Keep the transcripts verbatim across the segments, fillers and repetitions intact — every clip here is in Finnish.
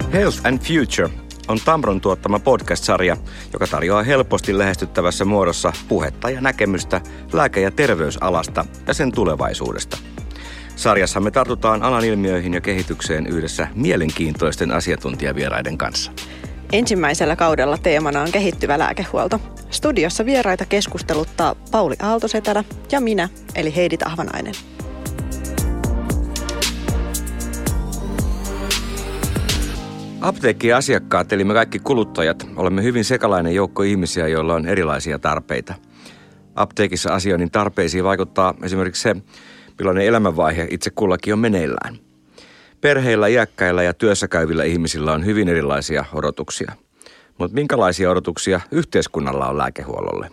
Health and Future on Tamron tuottama podcast-sarja, joka tarjoaa helposti lähestyttävässä muodossa puhetta ja näkemystä lääke- ja terveysalasta ja sen tulevaisuudesta. Sarjassa me tartutaan alan ilmiöihin ja kehitykseen yhdessä mielenkiintoisten asiantuntijavieraiden kanssa. Ensimmäisellä kaudella teemana on kehittyvä lääkehuolto. Studiossa vieraita keskusteluttaa Pauli Aaltosetälä ja minä, eli Heidi Tahvanainen. Apteekkiasiakkaat, eli me kaikki kuluttajat, olemme hyvin sekalainen joukko ihmisiä, joilla on erilaisia tarpeita. Apteekissa asioinnin tarpeisiin vaikuttaa esimerkiksi se, millainen elämänvaihe itse kullakin on meneillään. Perheillä, iäkkäillä ja työssäkäyvillä ihmisillä on hyvin erilaisia odotuksia. Mutta minkälaisia odotuksia yhteiskunnalla on lääkehuollolle?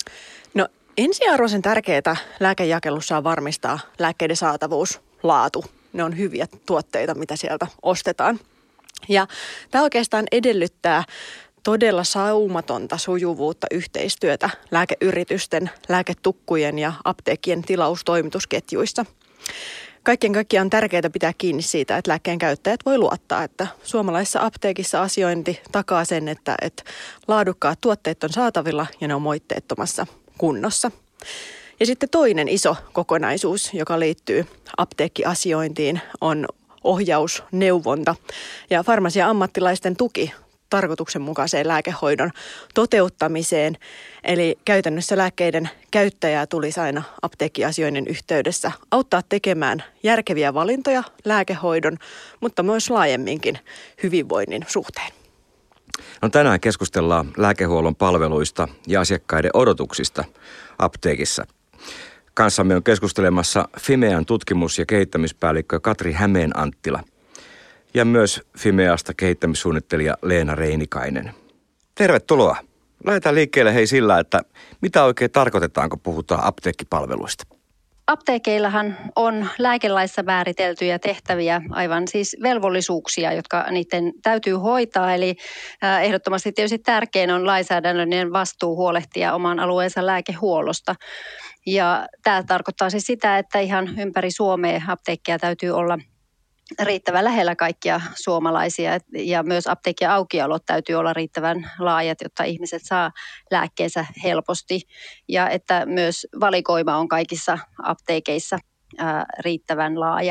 No ensiarvoisen tärkeää lääkejakelussa on varmistaa lääkkeiden saatavuus, laatu. Ne on hyviä tuotteita, mitä sieltä ostetaan. Ja tämä oikeastaan edellyttää todella saumatonta sujuvuutta yhteistyötä lääkeyritysten, lääketukkujen ja apteekkien tilaustoimitusketjuissa. Kaikkien kaikkiaan on tärkeää pitää kiinni siitä, että lääkkeen käyttäjät voi luottaa, että suomalaisessa apteekissa asiointi takaa sen, että, että laadukkaat tuotteet on saatavilla ja ne on moitteettomassa kunnossa. Ja sitten toinen iso kokonaisuus, joka liittyy apteekkiasiointiin, on ohjaus, neuvonta ja farmasia-ammattilaisten tuki tarkoituksenmukaiseen lääkehoidon toteuttamiseen. Eli käytännössä lääkkeiden käyttäjää tulisi aina apteekkiasioinnin yhteydessä auttaa tekemään järkeviä valintoja lääkehoidon, mutta myös laajemminkin hyvinvoinnin suhteen. No, tänään keskustellaan lääkehuollon palveluista ja asiakkaiden odotuksista apteekissa. Kanssamme on keskustelemassa Fimean tutkimus- ja kehittämispäällikkö Katri Hämeen-Anttila ja myös Fimeasta kehittämissuunnittelija Leena Reinikainen. Tervetuloa. Lähdetään liikkeelle hei sillä, että mitä oikein tarkoitetaan, kun puhutaan apteekkipalveluista? Apteekeillahan on lääkelaissa määriteltyjä tehtäviä, aivan siis velvollisuuksia, jotka niiden täytyy hoitaa. Eli ehdottomasti tietysti tärkein on lainsäädännöllinen vastuu huolehtia oman alueensa lääkehuollosta. Ja tämä tarkoittaa siis sitä, että ihan ympäri Suomea apteekkia täytyy olla riittävän lähellä kaikkia suomalaisia ja myös apteekkien aukiolot täytyy olla riittävän laajat, jotta ihmiset saa lääkkeensä helposti ja että myös valikoima on kaikissa apteekeissa ää, riittävän laaja.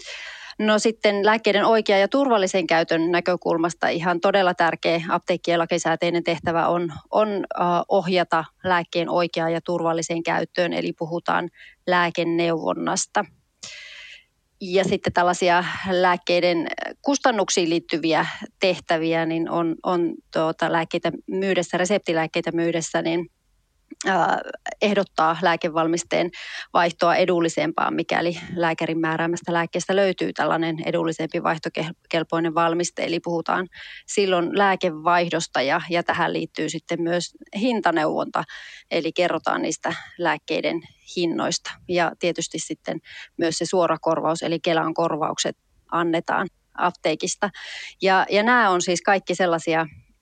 No sitten lääkkeiden oikean ja turvallisen käytön näkökulmasta ihan todella tärkeä apteekkien lakisääteinen tehtävä on, on äh, ohjata lääkkeen oikeaan ja turvalliseen käyttöön, eli puhutaan lääkeneuvonnasta. Ja sitten tällaisia lääkkeiden kustannuksiin liittyviä tehtäviä, niin on, on tuota, lääkkeitä myydessä, reseptilääkkeitä myydessä, niin ehdottaa lääkevalmisteen vaihtoa edullisempaan, mikäli lääkärin määräämästä lääkkeestä löytyy tällainen edullisempi vaihtokelpoinen valmiste. Eli puhutaan silloin lääkevaihdosta ja, ja tähän liittyy sitten myös hintaneuvonta, eli kerrotaan niistä lääkkeiden hinnoista. Ja tietysti sitten myös se suora korvaus, eli Kelan korvaukset annetaan apteekista. Ja, ja nämä on siis kaikki sellaisia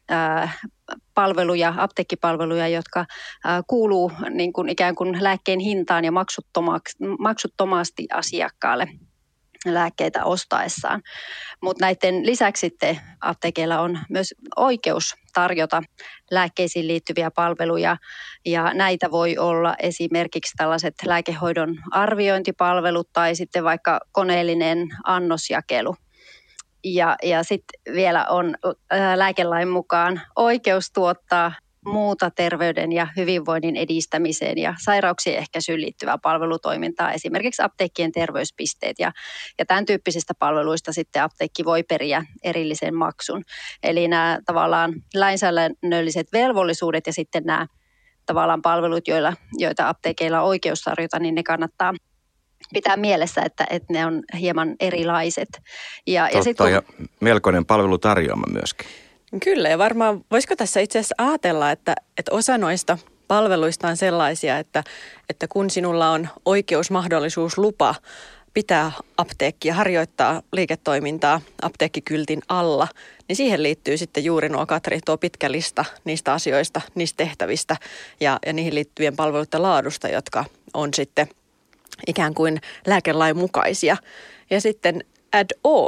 palveluja, apteekkipalveluja, jotka kuuluu niin kuin ikään kuin lääkkeen hintaan ja maksuttomasti asiakkaalle lääkkeitä ostaessaan. Mutta näiden lisäksi sitten apteekeilla on myös oikeus tarjota lääkkeisiin liittyviä palveluja ja näitä voi olla esimerkiksi tällaiset lääkehoidon arviointipalvelut tai sitten vaikka koneellinen annosjakelu. Ja, ja sitten vielä on lääkelain mukaan oikeus tuottaa muuta terveyden ja hyvinvoinnin edistämiseen ja sairauksien ehkäisyyn liittyvää palvelutoimintaa, esimerkiksi apteekkien terveyspisteet. Ja, ja tämän tyyppisistä palveluista sitten apteekki voi periä erillisen maksun. Eli nämä tavallaan lainsäädännölliset velvollisuudet ja sitten nämä tavallaan palvelut, joilla, joita apteekeilla on oikeus tarjota, niin ne kannattaa pitää mielessä, että, että ne on hieman erilaiset. Ja, Totta, ja, sit, kun... ja melkoinen palvelutarjoama myöskin. Kyllä, ja varmaan voisiko tässä itse asiassa ajatella, että, että osa noista palveluista on sellaisia, että, että kun sinulla on oikeus, mahdollisuus, lupa pitää apteekkia, harjoittaa liiketoimintaa apteekkikyltin alla, niin siihen liittyy sitten juuri nuo, Katri, tuo pitkä lista niistä asioista, niistä tehtävistä ja, ja niihin liittyvien palveluiden laadusta, jotka on sitten ikään kuin lääkelain mukaisia. Ja sitten add-on,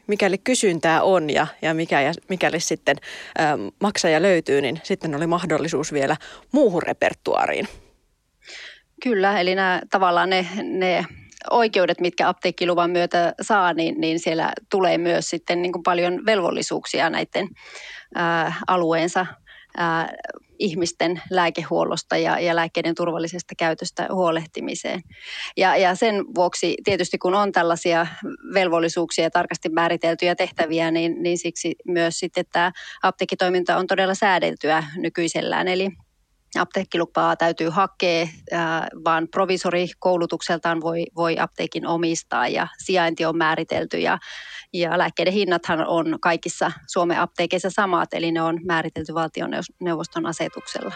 mikäli kysyntää on ja, ja mikä, mikäli sitten ä, maksaja löytyy, niin sitten oli mahdollisuus vielä muuhun repertuaariin. Kyllä, eli nämä tavallaan ne, ne oikeudet, mitkä apteekkiluvan myötä saa, niin, niin siellä tulee myös sitten niin kuin paljon velvollisuuksia näiden ää, alueensa ää, ihmisten lääkehuollosta ja, ja lääkkeiden turvallisesta käytöstä huolehtimiseen. Ja, ja sen vuoksi tietysti kun on tällaisia velvollisuuksia ja tarkasti määriteltyjä tehtäviä, niin, niin siksi myös sitten tämä apteekkitoiminta on todella säädeltyä nykyisellään. Eli apteekkilupaa täytyy hakea, vaan provisorikoulutukseltaan voi, voi apteekin omistaa ja sijainti on määritelty ja, ja lääkkeiden hinnathan on kaikissa Suomen apteekeissa samat, eli ne on määritelty valtioneuvoston asetuksella.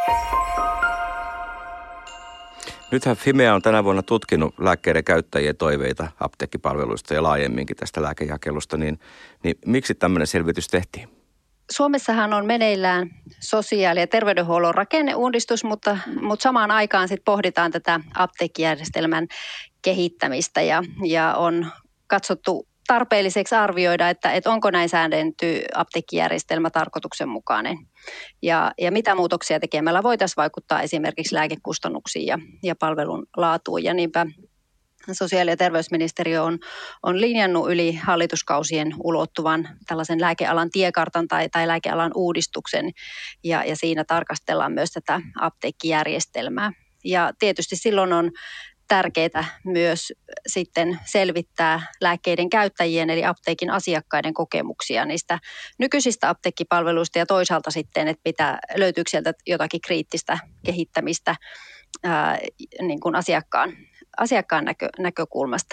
Nythän Fimea on tänä vuonna tutkinut lääkkeiden käyttäjien toiveita apteekkipalveluista ja laajemminkin tästä lääkejakelusta, niin, niin miksi tämmöinen selvitys tehtiin? Suomessahan on meneillään sosiaali- ja terveydenhuollon rakenneuudistus, mutta, mutta samaan aikaan sit pohditaan tätä apteekkijärjestelmän kehittämistä ja, ja on katsottu tarpeelliseksi arvioida, että, että onko näin säädetty apteekkijärjestelmä tarkoituksenmukainen ja, ja mitä muutoksia tekemällä voitaisiin vaikuttaa esimerkiksi lääkekustannuksiin ja, ja palvelun laatuun ja niinpä sosiaali- ja terveysministeriö on, on linjannut yli hallituskausien ulottuvan tällaisen lääkealan tiekartan tai, tai lääkealan uudistuksen ja, ja siinä tarkastellaan myös tätä apteekkijärjestelmää. Ja tietysti silloin on tärkeää myös sitten selvittää lääkkeiden käyttäjien eli apteekin asiakkaiden kokemuksia niistä nykyisistä apteekkipalveluista ja toisaalta sitten, että mitä, löytyykö sieltä jotakin kriittistä kehittämistä ää, niin kuin asiakkaan asiakkaan näkö, näkökulmasta.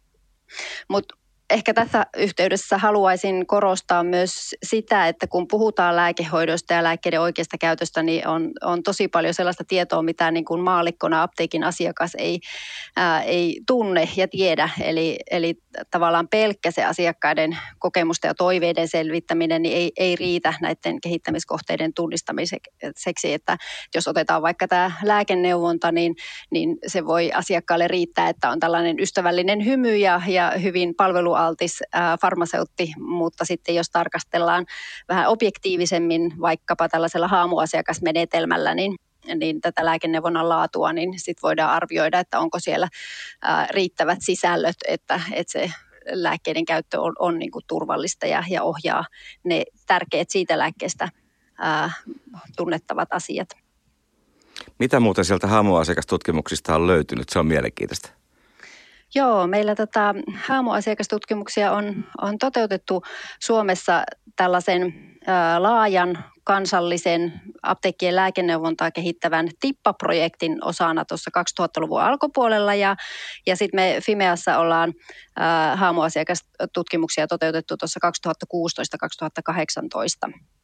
Mutta ehkä tässä yhteydessä haluaisin korostaa myös sitä, että kun puhutaan lääkehoidosta ja lääkkeiden oikeasta käytöstä, niin on, on tosi paljon sellaista tietoa, mitä niin kuin maallikkona apteekin asiakas ei, ää, ei tunne ja tiedä. Eli, eli tavallaan pelkkä se asiakkaiden kokemusta ja toiveiden selvittäminen niin ei, ei riitä näiden kehittämiskohteiden tunnistamiseksi. Että jos otetaan vaikka tämä lääkeneuvonta, niin, niin se voi asiakkaalle riittää, että on tällainen ystävällinen hymy ja, ja hyvin palvelu altis ää, farmaseutti, mutta sitten jos tarkastellaan vähän objektiivisemmin vaikkapa tällaisella haamuasiakasmenetelmällä, niin, niin tätä lääkeneuvonnan laatua, niin sitten voidaan arvioida, että onko siellä ää, riittävät sisällöt, että, että se lääkkeiden käyttö on, on niin kuin turvallista ja, ja ohjaa ne tärkeät siitä lääkkeestä ää, tunnettavat asiat. Mitä muuta sieltä haamuasiakastutkimuksista on löytynyt? Se on mielenkiintoista. Joo, meillä tota, haamuasiakastutkimuksia on, on toteutettu Suomessa tällaisen ää, laajan kansallisen apteekkien lääkeneuvontaa kehittävän TIPPA-projektin osana tuossa kaksituhattaluvun alkupuolella ja, ja sitten me Fimeassa ollaan ää, haamuasiakastutkimuksia toteutettu tuossa kaksituhattakuusitoista kaksituhattakahdeksantoista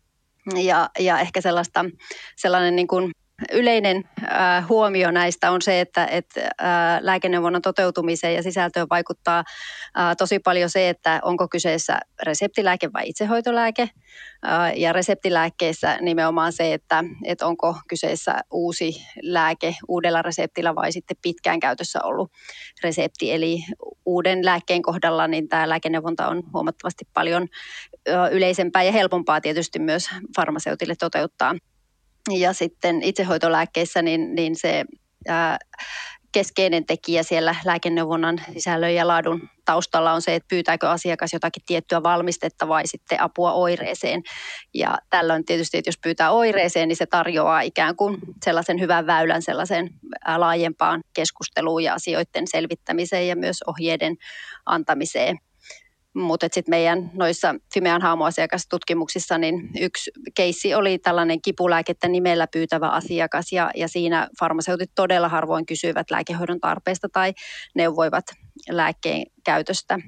ja, ja ehkä sellaista, sellainen niin kuin yleinen äh, huomio näistä on se, että et, äh, lääkeneuvonnan toteutumiseen ja sisältöön vaikuttaa äh, tosi paljon se, että onko kyseessä reseptilääke vai itsehoitolääke. Äh, ja reseptilääkkeessä nimenomaan se, että et onko kyseessä uusi lääke uudella reseptillä vai sitten pitkään käytössä ollut resepti. Eli uuden lääkkeen kohdalla niin tämä lääkeneuvonta on huomattavasti paljon äh, yleisempää ja helpompaa tietysti myös farmaseutille toteuttaa. Ja sitten itsehoitolääkkeissä niin, niin se ää, keskeinen tekijä siellä lääkeneuvonnan sisällön ja laadun taustalla on se, että pyytääkö asiakas jotakin tiettyä valmistetta vai sitten apua oireeseen. Ja tällöin tietysti, että jos pyytää oireeseen, niin se tarjoaa ikään kuin sellaisen hyvän väylän sellaiseen laajempaan keskusteluun ja asioiden selvittämiseen ja myös ohjeiden antamiseen. Mutta sitten meidän noissa Fimean haamuasiakastutkimuksissa niin yksi keissi oli tällainen kipulääkettä nimellä pyytävä asiakas ja, ja siinä farmaseutit todella harvoin kysyivät lääkehoidon tarpeesta tai neuvoivat lääkkeen käytöstä.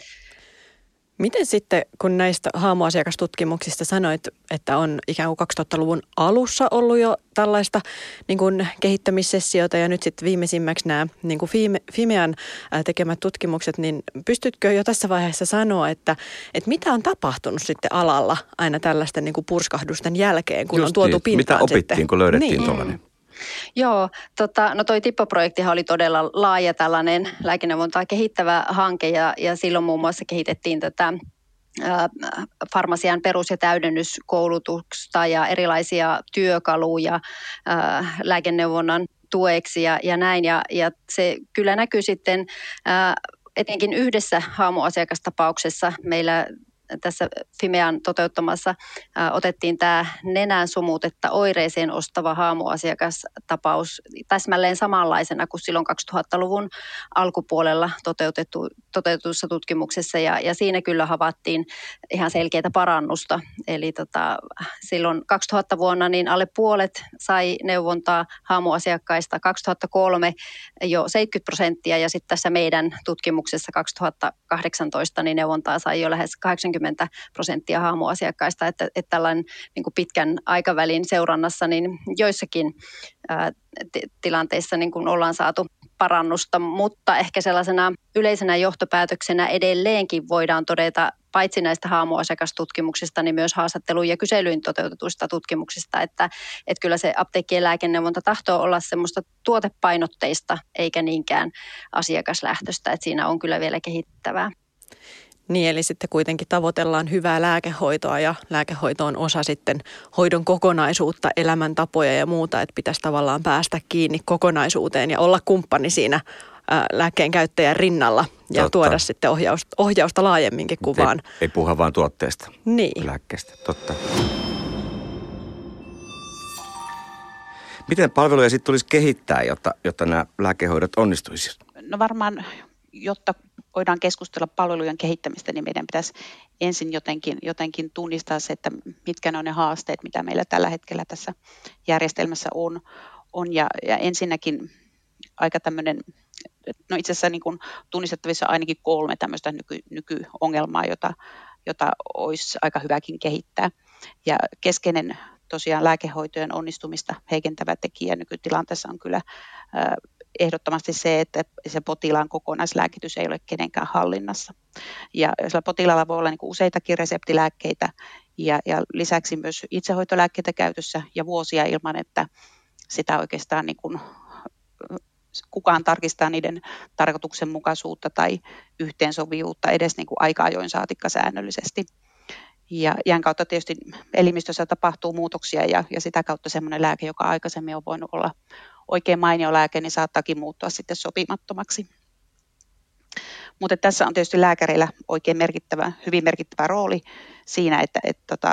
Miten sitten, kun näistä haamuasiakastutkimuksista sanoit, että on ikään kuin kaksituhattaluvun alussa ollut jo tällaista niin kuin kehittämissessiota ja nyt sitten viimeisimmäksi nämä niin kuin Fimean tekemät tutkimukset, niin pystytkö jo tässä vaiheessa sanoa, että, että mitä on tapahtunut sitten alalla aina tällaisten niin kuin purskahdusten jälkeen, kun Just on tuotu niin, pintaan mitä opittiin, sitten. Kun löydettiin niin. tuollainen? Joo, tota, no toi TIPPA-projektihan oli todella laaja tällainen lääkeneuvontaa kehittävä hanke ja, ja silloin muun muassa kehitettiin tätä farmasian perus- ja täydennyskoulutusta ja erilaisia työkaluja lääkeneuvonnan tueksi ja, ja näin. Ja, ja se kyllä näkyy sitten etenkin yhdessä haamuasiakastapauksessa meillä tässä Fimean toteuttamassa ää, otettiin tämä nenän sumutetta oireeseen ostava haamuasiakastapaus täsmälleen samanlaisena kuin silloin kaksituhattaluvun alkupuolella toteutettu, toteutetussa tutkimuksessa ja, ja siinä kyllä havaittiin ihan selkeää parannusta. Eli tota, silloin kaksituhatta vuonna niin alle puolet sai neuvontaa haamuasiakkaista, kaksituhattakolme jo seitsemänkymmentä prosenttia ja sitten tässä meidän tutkimuksessa kaksituhattakahdeksantoista niin neuvontaa sai jo lähes kahdeksankymmentä prosenttia haamuasiakkaista, että, että tällainen niin kuin pitkän aikavälin seurannassa niin joissakin ää, t- tilanteissa niin kuin ollaan saatu parannusta, mutta ehkä sellaisena yleisenä johtopäätöksenä edelleenkin voidaan todeta paitsi näistä haamuasiakastutkimuksista, niin myös haastatteluun ja kyselyyn toteutetuista tutkimuksista, että, että kyllä se apteekkien lääkeneuvonta tahtoo olla semmoista tuotepainotteista eikä niinkään asiakaslähtöistä, että siinä on kyllä vielä kehittävää. Niin, eli sitten kuitenkin tavoitellaan hyvää lääkehoitoa ja lääkehoito on osa sitten hoidon kokonaisuutta, elämäntapoja ja muuta, että pitäisi tavallaan päästä kiinni kokonaisuuteen ja olla kumppani siinä ää, lääkkeen käyttäjän rinnalla ja Totta. tuoda sitten ohjausta, ohjausta laajemminkin kuvaan. Ei, ei puhuta vaan tuotteesta, niin. lääkkeestä, totta. Miten palveluja sitten tulisi kehittää, jotta, jotta nämä lääkehoidot onnistuisivat? No varmaan, jotta voidaan keskustella palvelujen kehittämistä, niin meidän pitäisi ensin jotenkin, jotenkin tunnistaa se, että mitkä ne on ne haasteet, mitä meillä tällä hetkellä tässä järjestelmässä on. on ja, ja ensinnäkin aika tämmöinen, no itse asiassa niin kuin tunnistettavissa ainakin kolme tämmöistä nyky, nykyongelmaa, jota, jota olisi aika hyväkin kehittää. Ja keskeinen tosiaan lääkehoitojen onnistumista heikentävä tekijä nykytilanteessa on kyllä ää, ehdottomasti se, että se potilaan kokonaislääkitys ei ole kenenkään hallinnassa. Ja sillä potilaalla voi olla niin kuin useitakin reseptilääkkeitä ja, ja lisäksi myös itsehoitolääkkeitä käytössä ja vuosia ilman, että sitä oikeastaan niin kuin kukaan tarkistaa niiden tarkoituksenmukaisuutta tai yhteensovivuutta edes niin kuin aika-ajoin saatikka säännöllisesti. Ja iän kautta tietysti elimistössä tapahtuu muutoksia ja, ja sitä kautta semmoinen lääke, joka aikaisemmin on voinut olla oikein mainio lääke, niin saattaakin muuttua sitten sopimattomaksi. Mutta tässä on tietysti lääkäreillä oikein merkittävä, hyvin merkittävä rooli siinä, että, että, että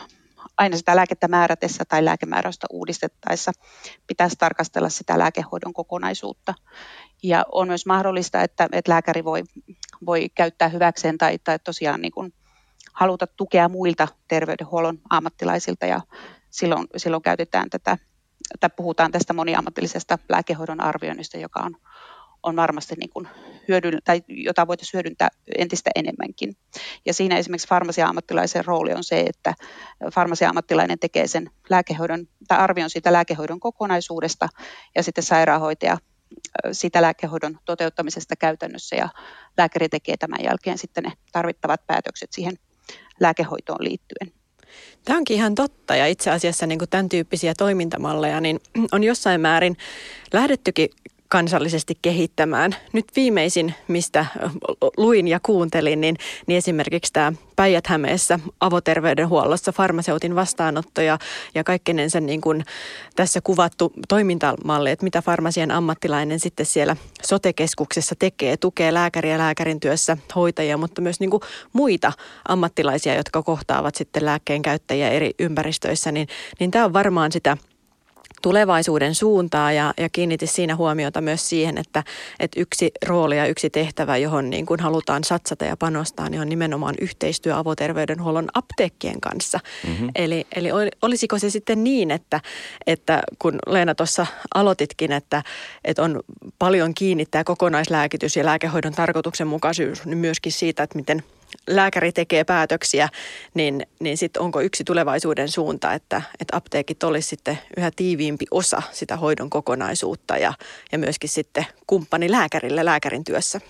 aina sitä lääkettä määrätessä tai lääkemääräystä uudistettaessa pitäisi tarkastella sitä lääkehoidon kokonaisuutta. Ja on myös mahdollista, että, että lääkäri voi, voi käyttää hyväkseen tai, tai tosiaan niin kuin haluta tukea muilta terveydenhuollon ammattilaisilta ja silloin, silloin käytetään tätä, tai puhutaan tästä moniammatillisesta lääkehoidon arvioinnista, joka on, on varmasti niin kuin hyödyll- tai jota voitaisiin hyödyntää entistä enemmänkin. Ja siinä esimerkiksi farmasia-ammattilaisen rooli on se, että farmasia-ammattilainen tekee sen lääkehoidon tai arvion siitä lääkehoidon kokonaisuudesta ja sitten sairaanhoitaja sitä lääkehoidon toteuttamisesta käytännössä ja lääkäri tekee tämän jälkeen sitten ne tarvittavat päätökset siihen lääkehoitoon liittyen. Tämä onkin ihan totta ja itse asiassa niin kuin tämän tyyppisiä toimintamalleja niin on jossain määrin lähdettykin kansallisesti kehittämään. Nyt viimeisin, mistä luin ja kuuntelin, niin, niin esimerkiksi tämä Päijät-Hämeessä avoterveydenhuollossa farmaseutin vastaanotto ja, ja kaikkinensa niin kuin tässä kuvattu toimintamalli, että mitä farmasian ammattilainen sitten siellä sote-keskuksessa tekee, tukee lääkäriä lääkärin työssä, hoitajia, mutta myös niin kuin muita ammattilaisia, jotka kohtaavat sitten lääkkeen käyttäjiä eri ympäristöissä, niin, niin tämä on varmaan sitä tulevaisuuden suuntaa ja, ja kiinnitin siinä huomiota myös siihen, että, että yksi rooli ja yksi tehtävä, johon niin kuin halutaan satsata ja panostaa, niin on nimenomaan yhteistyö avoterveydenhuollon apteekkien kanssa. Mm-hmm. Eli, eli olisiko se sitten niin, että, että kun Leena tuossa aloititkin, että, että on paljon kiinnittää kokonaislääkitys ja lääkehoidon tarkoituksenmukaisuus niin myöskin siitä, että miten lääkäri tekee päätöksiä, niin, niin sitten onko yksi tulevaisuuden suunta, että, että apteekit olisi sitten yhä tiiviimpi osa sitä hoidon kokonaisuutta ja, ja myöskin sitten kumppani lääkärille lääkärin työssä?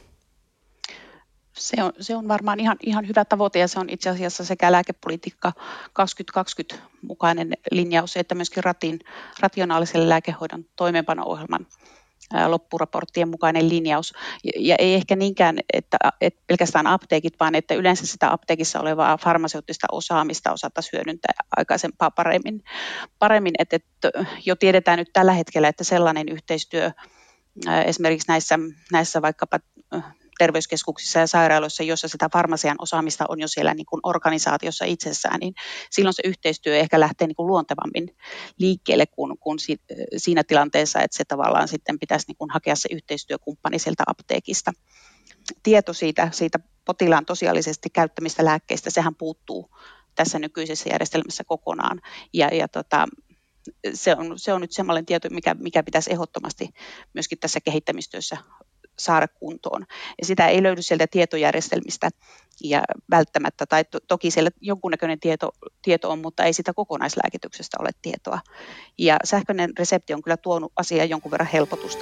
Se on, se on varmaan ihan, ihan hyvä tavoite ja se on itse asiassa sekä lääkepolitiikka kaksituhattakaksikymmentä mukainen linjaus, että myöskin ratin, rationaalisen lääkehoidon toimeenpano-ohjelman loppuraporttien mukainen linjaus. Ja ei ehkä niinkään, että, että pelkästään apteekit, vaan että yleensä sitä apteekissa olevaa farmaseuttista osaamista osattaisiin hyödyntää aikaisempaa paremmin. paremmin että, että jo tiedetään nyt tällä hetkellä, että sellainen yhteistyö esimerkiksi näissä, näissä vaikkapa terveyskeskuksissa ja sairaaloissa, jossa sitä farmasian osaamista on jo siellä niin kuin organisaatiossa itsessään, niin silloin se yhteistyö ehkä lähtee niin kuin luontevammin liikkeelle kuin, kuin siinä tilanteessa, että se tavallaan sitten pitäisi niin kuin hakea se yhteistyökumppani sieltä apteekista. Tieto siitä, siitä potilaan tosiaalisesti käyttämistä lääkkeistä, sehän puuttuu tässä nykyisessä järjestelmässä kokonaan. Ja, ja tota, se, on, se on nyt sellainen tieto, mikä, mikä pitäisi ehdottomasti myöskin tässä kehittämistyössä saada kuntoon. Ja sitä ei löydy sieltä tietojärjestelmistä ja välttämättä, tai to, toki siellä jonkunnäköinen tieto, tieto on, mutta ei sitä kokonaislääkityksestä ole tietoa. Ja sähköinen resepti on kyllä tuonut asiaan jonkun verran helpotusta.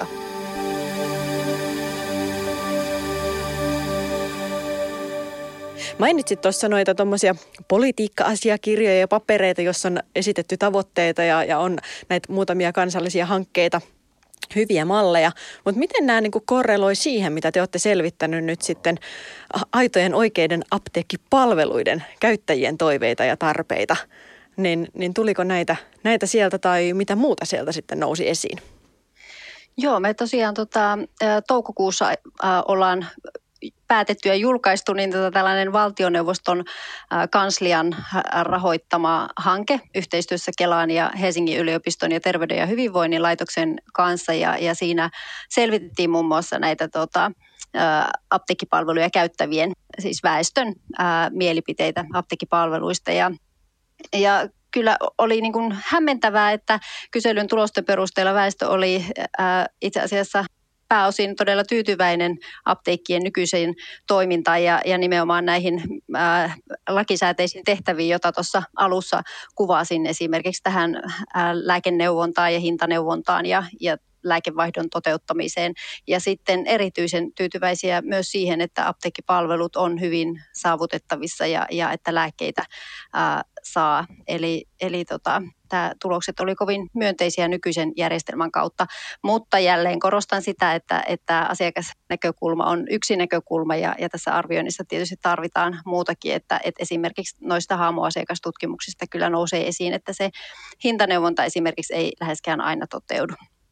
Mainitsit tuossa noita tuommoisia politiikka-asiakirjoja ja papereita, joissa on esitetty tavoitteita ja, ja on näitä muutamia kansallisia hankkeita, hyviä malleja. Mutta miten nämä niin kuin korreloi siihen, mitä te olette selvittänyt nyt sitten aitojen oikeiden apteekkipalveluiden käyttäjien toiveita ja tarpeita? Niin, niin tuliko näitä, näitä sieltä tai mitä muuta sieltä sitten nousi esiin? Joo, me tosiaan tota, toukokuussa äh, ollaan päätetty ja julkaistu niin tota, tällainen valtioneuvoston äh, kanslian äh, rahoittama hanke yhteistyössä Kelan ja Helsingin yliopiston ja Terveyden ja hyvinvoinnin laitoksen kanssa. Ja, ja siinä selvitettiin muun muassa näitä tota, äh, apteekkipalveluja käyttävien, siis väestön äh, mielipiteitä apteekkipalveluista. Ja, ja kyllä oli niin kuin hämmentävää, että kyselyn tulosten perusteella väestö oli äh, itse asiassa pääosin todella tyytyväinen apteekkien nykyiseen toimintaan ja, ja nimenomaan näihin ää, lakisääteisiin tehtäviin, joita tuossa alussa kuvasin, esimerkiksi tähän ää, lääkeneuvontaan ja hintaneuvontaan ja, ja lääkevaihdon toteuttamiseen. Ja sitten erityisen tyytyväisiä myös siihen, että apteekkipalvelut on hyvin saavutettavissa ja, ja että lääkkeitä ää, saa. Eli, eli tota, tämä tulokset oli kovin myönteisiä nykyisen järjestelmän kautta, mutta jälleen korostan sitä, että, että asiakasnäkökulma on yksi näkökulma ja, ja tässä arvioinnissa tietysti tarvitaan muutakin, että, että esimerkiksi noista haamuasiakastutkimuksista kyllä nousee esiin, että se hintaneuvonta esimerkiksi ei läheskään aina toteudu.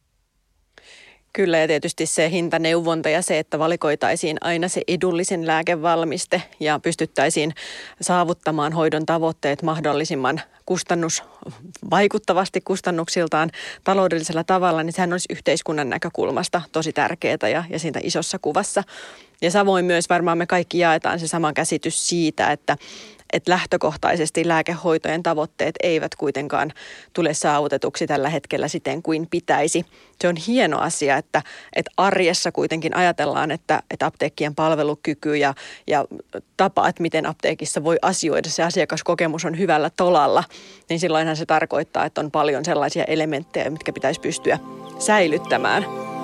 Kyllä, ja tietysti se hintaneuvonta ja se, että valikoitaisiin aina se edullisen lääkevalmiste ja pystyttäisiin saavuttamaan hoidon tavoitteet mahdollisimman kustannusvaikuttavasti kustannuksiltaan taloudellisella tavalla, niin sehän olisi yhteiskunnan näkökulmasta tosi tärkeää ja, ja siitä isossa kuvassa. Ja samoin myös varmaan me kaikki jaetaan se sama käsitys siitä, että että lähtökohtaisesti lääkehoitojen tavoitteet eivät kuitenkaan tule saavutetuksi tällä hetkellä siten kuin pitäisi. Se on hieno asia, että, että arjessa kuitenkin ajatellaan, että, että apteekkien palvelukyky ja, ja tapa, että miten apteekissa voi asioida, se asiakaskokemus on hyvällä tolalla, niin silloinhan se tarkoittaa, että on paljon sellaisia elementtejä, mitkä pitäisi pystyä säilyttämään.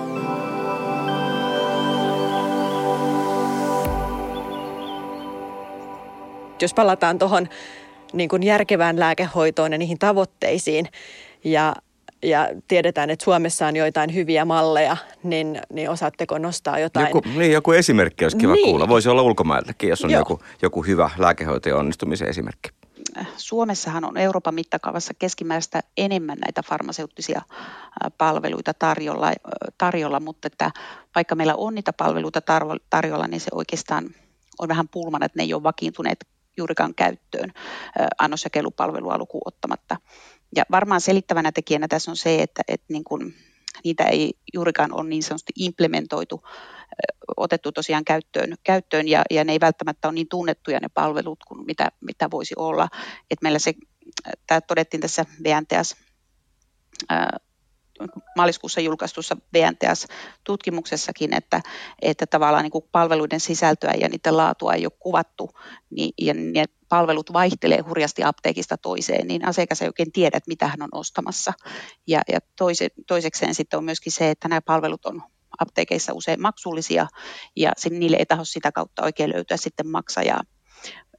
Jos palataan tuohon niin kuin järkevään lääkehoitoon ja niihin tavoitteisiin ja, ja tiedetään, että Suomessa on joitain hyviä malleja, niin, niin osaatteko nostaa jotain? Joku, niin, joku esimerkki olisi kiva niin. kuulla. Voisi olla ulkomailtakin, jos on joku, joku hyvä lääkehoito ja onnistumisen esimerkki. Suomessahan on Euroopan mittakaavassa keskimääräistä enemmän näitä farmaseuttisia palveluita tarjolla, tarjolla mutta että vaikka meillä on niitä palveluita tarjolla, niin se oikeastaan on vähän pulmana, että ne ei ole vakiintuneet juurikaan käyttöön annosjakelupalvelua lukuun ottamatta. Ja varmaan selittävänä tekijänä tässä on se, että, että niin kuin niitä ei juurikaan ole niin sanotusti implementoitu, otettu tosiaan käyttöön, käyttöön ja, ja ne ei välttämättä ole niin tunnettuja ne palvelut kuin mitä, mitä voisi olla. Että meillä se, tämä todettiin tässä V N T S, ää, maaliskuussa julkaistussa V N T S-tutkimuksessakin, että, että tavallaan niin kuin palveluiden sisältöä ja niiden laatua ei ole kuvattu, niin, ja ne palvelut vaihtelee hurjasti apteekista toiseen, niin asiakas ei oikein tiedä, että mitä hän on ostamassa. Ja, ja toise, toisekseen sitten on myöskin se, että nämä palvelut on apteekeissa usein maksullisia, ja niille ei taho sitä kautta oikein löytyä sitten maksajaa.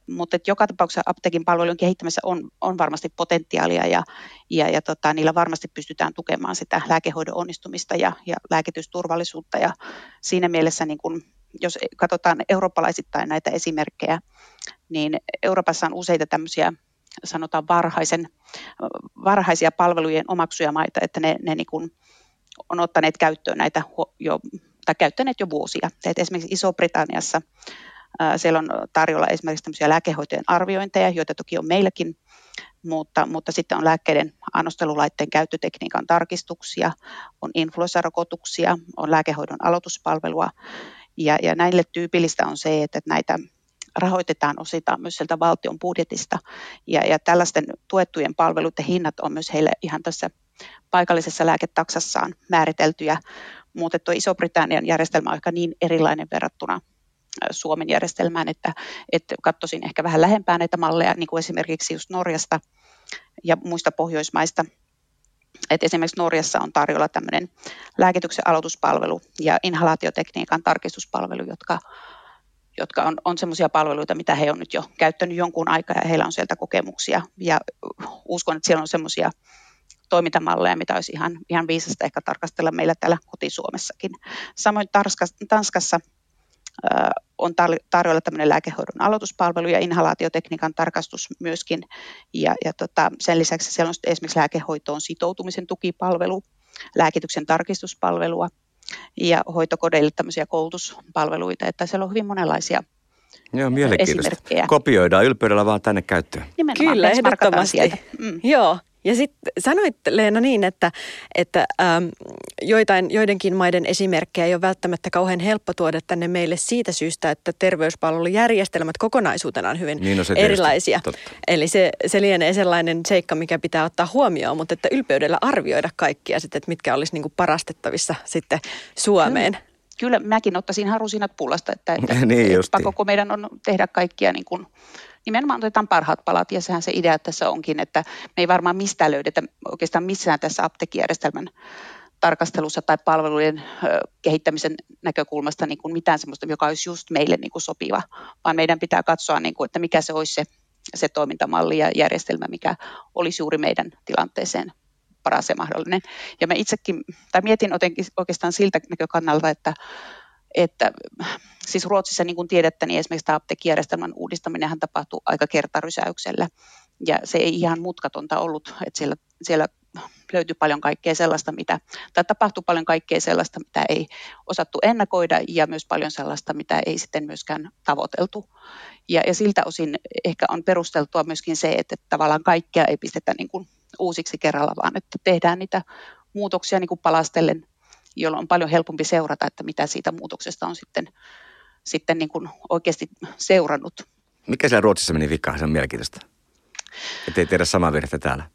mutta joka tapauksessa apteekin palvelujen kehittämisessä on, on varmasti potentiaalia ja, ja, ja tota, niillä varmasti pystytään tukemaan sitä lääkehoidon onnistumista ja, ja lääkitysturvallisuutta. Ja siinä mielessä, niin kun, jos katsotaan eurooppalaisittain näitä esimerkkejä, niin Euroopassa on useita tämmöisiä, sanotaan varhaisen, varhaisia palvelujen omaksujamaita, että ne, ne niin kun on ottaneet käyttöön näitä jo, tai käyttäneet jo vuosia. Et esimerkiksi Iso-Britanniassa siellä on tarjolla esimerkiksi tämmöisiä lääkehoitojen arviointeja, joita toki on meilläkin, mutta, mutta sitten on lääkkeiden annostelulaitteen käyttötekniikan tarkistuksia, on influenssarokotuksia, on lääkehoidon aloituspalvelua. Ja, ja näille tyypillistä on se, että näitä rahoitetaan osittain myös sieltä valtion budjetista. Ja, ja tällaisten tuettujen palveluiden hinnat on myös heille ihan tässä paikallisessa lääketaksassaan määriteltyjä, mutta tuo Iso-Britannian järjestelmä on ehkä niin erilainen verrattuna Suomen järjestelmään, että, että katsoisin ehkä vähän lähempää näitä malleja, niin kuin esimerkiksi just Norjasta ja muista Pohjoismaista. Et esimerkiksi Norjassa on tarjolla tämmöinen lääkityksen aloituspalvelu ja inhalaatiotekniikan tarkistuspalvelu, jotka, jotka on, on semmoisia palveluita, mitä he on nyt jo käyttänyt jonkun aikaa ja heillä on sieltä kokemuksia. Ja uskon, että siellä on semmoisia toimintamalleja, mitä olisi ihan, ihan viisasta ehkä tarkastella meillä täällä koti-Suomessakin. Samoin Tanskassa on tarjolla tämmöinen lääkehoidon aloituspalvelu ja inhalaatiotekniikan tarkastus myöskin. Ja, ja tota, sen lisäksi siellä on esimerkiksi lääkehoitoon sitoutumisen tukipalvelu, lääkityksen tarkistuspalvelua ja hoitokodeille tämmöisiä koulutuspalveluita. Että siellä on hyvin monenlaisia Joo, mielenkiintoista. Kopioidaan ylpeydellä vaan tänne käyttöön. Nimenomaan. Kyllä, ehdottomasti. Mm. Joo. Ja sitten sanoit, Leena, niin, että, että ähm, joitain, joidenkin maiden esimerkkejä ei ole välttämättä kauhean helppo tuoda tänne meille siitä syystä, että terveyspalvelujärjestelmät kokonaisuutena on hyvin niin, no erilaisia. Eli se, se lienee sellainen seikka, mikä pitää ottaa huomioon, mutta että ylpeydellä arvioida kaikkia sitten, että mitkä olisi niin kuin parastettavissa sitten Suomeen. Kyllä, Kyllä mäkin ottaisin harusinat pullasta, että, että, niin että pakko meidän on tehdä kaikkia niin kuin nimenomaan otetaan parhaat palat, ja sehän se idea tässä onkin, että me ei varmaan mistään löydetä oikeastaan missään tässä apteekkijärjestelmän tarkastelussa tai palvelujen kehittämisen näkökulmasta niin kuin mitään sellaista, joka olisi just meille niin kuin sopiva, vaan meidän pitää katsoa, niin kuin, että mikä se olisi se, se toimintamalli ja järjestelmä, mikä olisi juuri meidän tilanteeseen paras ja mahdollinen. Ja mä itsekin, tai mietin oikeastaan siltä näkökannalta, että Että, siis Ruotsissa, niin kuin tiedätte, niin esimerkiksi tämä apteekkijärjestelmän uudistaminenhan tapahtuu aika kertarysäyksellä. Ja se ei ihan mutkatonta ollut, että siellä, siellä löytyi paljon kaikkea sellaista, mitä, tai tapahtui paljon kaikkea sellaista, mitä ei osattu ennakoida, ja myös paljon sellaista, mitä ei sitten myöskään tavoiteltu. Ja, ja siltä osin ehkä on perusteltua myöskin se, että tavallaan kaikkea ei pistetä niin kuin uusiksi kerralla, vaan että tehdään niitä muutoksia niin kuin palastellen, jolloin on paljon helpompi seurata, että mitä siitä muutoksesta on sitten, sitten niin kuin oikeasti seurannut. Mikä siellä Ruotsissa meni vikaan? Se on mielenkiintoista. Että ei tehdä samaa virhettä täällä.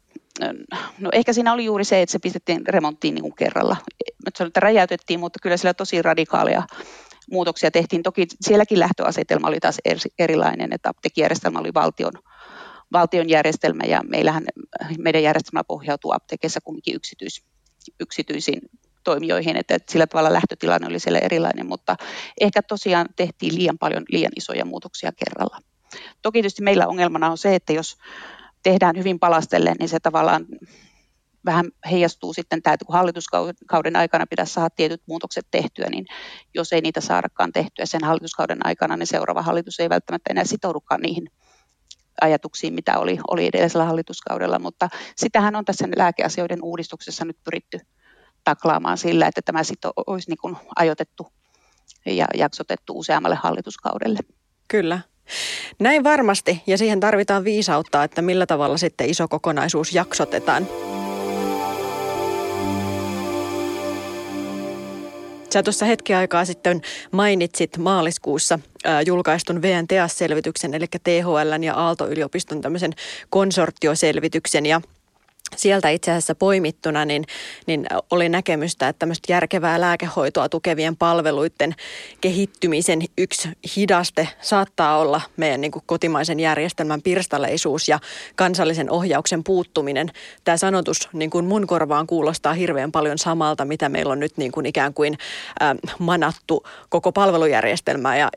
No ehkä siinä oli juuri se, että se pistettiin remonttiin niin kuin kerralla. Mä sanoin, että räjäytettiin, mutta kyllä siellä tosi radikaalia muutoksia tehtiin. Toki sielläkin lähtöasetelma oli taas erilainen, että apteekkijärjestelmä oli valtion, valtion järjestelmä ja meillähän, meidän järjestelmä pohjautuu apteekissa kumminkin yksityis, yksityisiin toimijoihin, että sillä tavalla lähtötilanne oli siellä erilainen, mutta ehkä tosiaan tehtiin liian paljon liian isoja muutoksia kerralla. Toki tietysti meillä ongelmana on se, että jos tehdään hyvin palastellen, niin se tavallaan vähän heijastuu sitten tämä, että kun hallituskauden aikana pitäisi saada tietyt muutokset tehtyä, niin jos ei niitä saadakaan tehtyä sen hallituskauden aikana, niin seuraava hallitus ei välttämättä enää sitoudukaan niihin ajatuksiin, mitä oli, oli edellisellä hallituskaudella, mutta sitähän on tässä lääkeasioiden uudistuksessa nyt pyritty taklaamaan sillä, että tämä sitten olisi niin kuin ajoitettu ja jaksotettu useammalle hallituskaudelle. Kyllä. Näin varmasti, ja siihen tarvitaan viisautta, että millä tavalla sitten iso kokonaisuus jaksotetaan. Sä tuossa hetki aikaa sitten mainitsit maaliskuussa äh, julkaistun V N T E A S-selvityksen, eli T H L:n ja Aalto-yliopiston tämmöisen konsortioselvityksen, ja sieltä itse asiassa poimittuna niin, niin oli näkemystä, että tämmöistä järkevää lääkehoitoa tukevien palveluiden kehittymisen yksi hidaste saattaa olla meidän niin kuin kotimaisen järjestelmän pirstaleisuus ja kansallisen ohjauksen puuttuminen. Tämä sanotus niin kuin mun korvaan kuulostaa hirveän paljon samalta, mitä meillä on nyt niin kuin ikään kuin äh, manattu koko palvelujärjestelmää ja, ja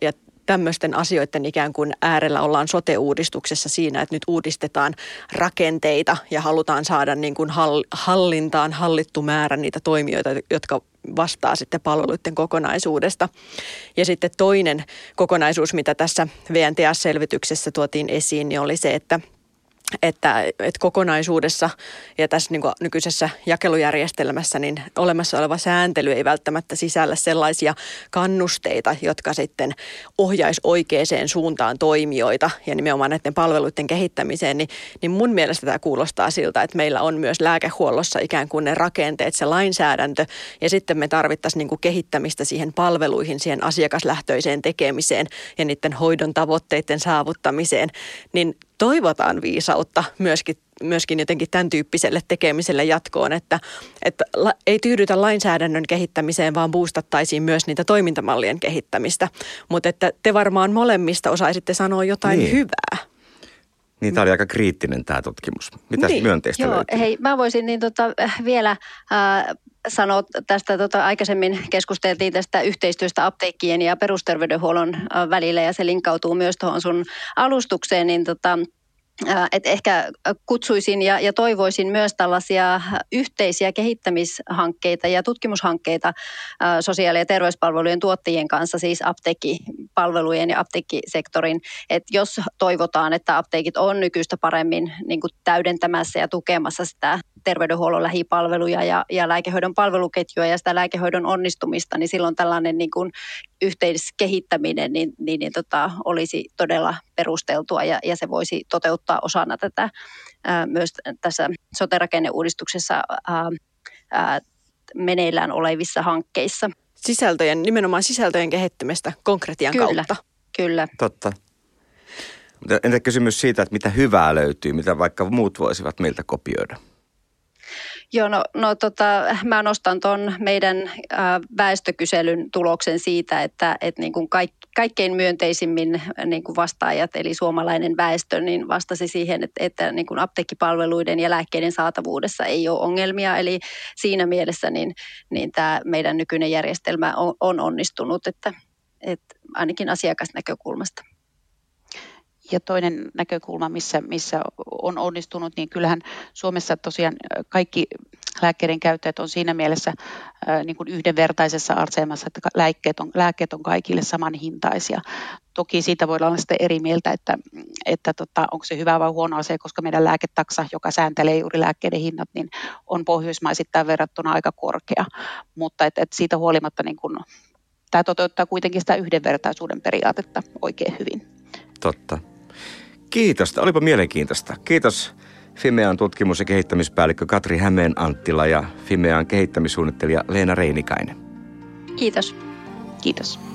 tämmöisten asioiden ikään kuin äärellä ollaan sote-uudistuksessa siinä, että nyt uudistetaan rakenteita ja halutaan saada niin kuin hallintaan hallittu määrä niitä toimijoita, jotka vastaa sitten palveluiden kokonaisuudesta. Ja sitten toinen kokonaisuus, mitä tässä V N T S-selvityksessä tuotiin esiin, niin oli se, että Että, että kokonaisuudessa ja tässä niin kuin nykyisessä jakelujärjestelmässä niin olemassa oleva sääntely ei välttämättä sisällä sellaisia kannusteita, jotka sitten ohjaisi oikeaan suuntaan toimijoita ja nimenomaan näiden palveluiden kehittämiseen, niin, niin mun mielestä tämä kuulostaa siltä, että meillä on myös lääkehuollossa ikään kuin ne rakenteet, se lainsäädäntö ja sitten me tarvittaisiin niin kuin kehittämistä siihen palveluihin, siihen asiakaslähtöiseen tekemiseen ja niiden hoidon tavoitteiden saavuttamiseen, niin toivotaan viisautta myöskin, myöskin jotenkin tämän tyyppiselle tekemiselle jatkoon, että, että la, ei tyydytä lainsäädännön kehittämiseen, vaan boostattaisiin myös niitä toimintamallien kehittämistä. Mutta että te varmaan molemmista osaisitte sanoa jotain niin. hyvää. Niin, tämä oli aika kriittinen tämä tutkimus. Mitä niin. myönteistä Joo, löytyy? Hei, mä voisin niin tota, vielä äh, sanoa tästä, tota, aikaisemmin keskusteltiin tästä yhteistyöstä apteekkien ja perusterveydenhuollon äh, välillä ja se linkkautuu myös tuohon sun alustukseen, niin tota, että ehkä kutsuisin ja, ja toivoisin myös tällaisia yhteisiä kehittämishankkeita ja tutkimushankkeita ä, sosiaali- ja terveyspalvelujen tuottajien kanssa, siis apteekkipalvelujen ja apteekkisektorin. Että jos toivotaan, että apteekit on nykyistä paremmin niin kuin täydentämässä ja tukemassa sitä terveydenhuollon lähipalveluja ja, ja lääkehoidon palveluketjua ja sitä lääkehoidon onnistumista, niin silloin tällainen niin kuin yhteiskehittäminen niin, niin, niin tota, olisi todella perusteltua ja, ja se voisi toteuttaa osana tätä ää, myös tässä sote-rakenneuudistuksessa ää, ää, meneillään olevissa hankkeissa. Sisältöjen, nimenomaan sisältöjen kehittymistä konkretian kyllä, kautta. Kyllä. Totta. Entä kysymys siitä, että mitä hyvää löytyy, mitä vaikka muut voisivat meiltä kopioida? Joo, no, no tota, mä nostan tuon meidän äh, väestökyselyn tuloksen siitä, että et niin kuin kaik, kaikkein myönteisimmin niin kuin vastaajat, eli suomalainen väestö, niin vastasi siihen, että, että niin kuin apteekkipalveluiden ja lääkkeiden saatavuudessa ei ole ongelmia. Eli siinä mielessä niin, niin tämä meidän nykyinen järjestelmä on, on onnistunut, että, että ainakin asiakasnäkökulmasta. Ja toinen näkökulma, missä, missä on onnistunut, niin kyllähän Suomessa tosiaan kaikki lääkkeiden käyttäjät on siinä mielessä ää, niin kuin yhdenvertaisessa asemassa, että lääkkeet on, lääkkeet on kaikille samanhintaisia. Toki siitä voidaan olla sitten eri mieltä, että, että tota, onko se hyvä vai huono asia, koska meidän lääketaksa, joka sääntelee juuri lääkkeiden hinnat, niin on pohjoismaisittain verrattuna aika korkea. Mutta et, et siitä huolimatta niin kun, tämä toteuttaa kuitenkin sitä yhdenvertaisuuden periaatetta oikein hyvin. Totta. Kiitos. Olipa mielenkiintoista. Kiitos Fimean tutkimus- ja kehittämispäällikkö Katri Hämeen-Anttila ja Fimean kehittämissuunnittelija Leena Reinikainen. Kiitos. Kiitos.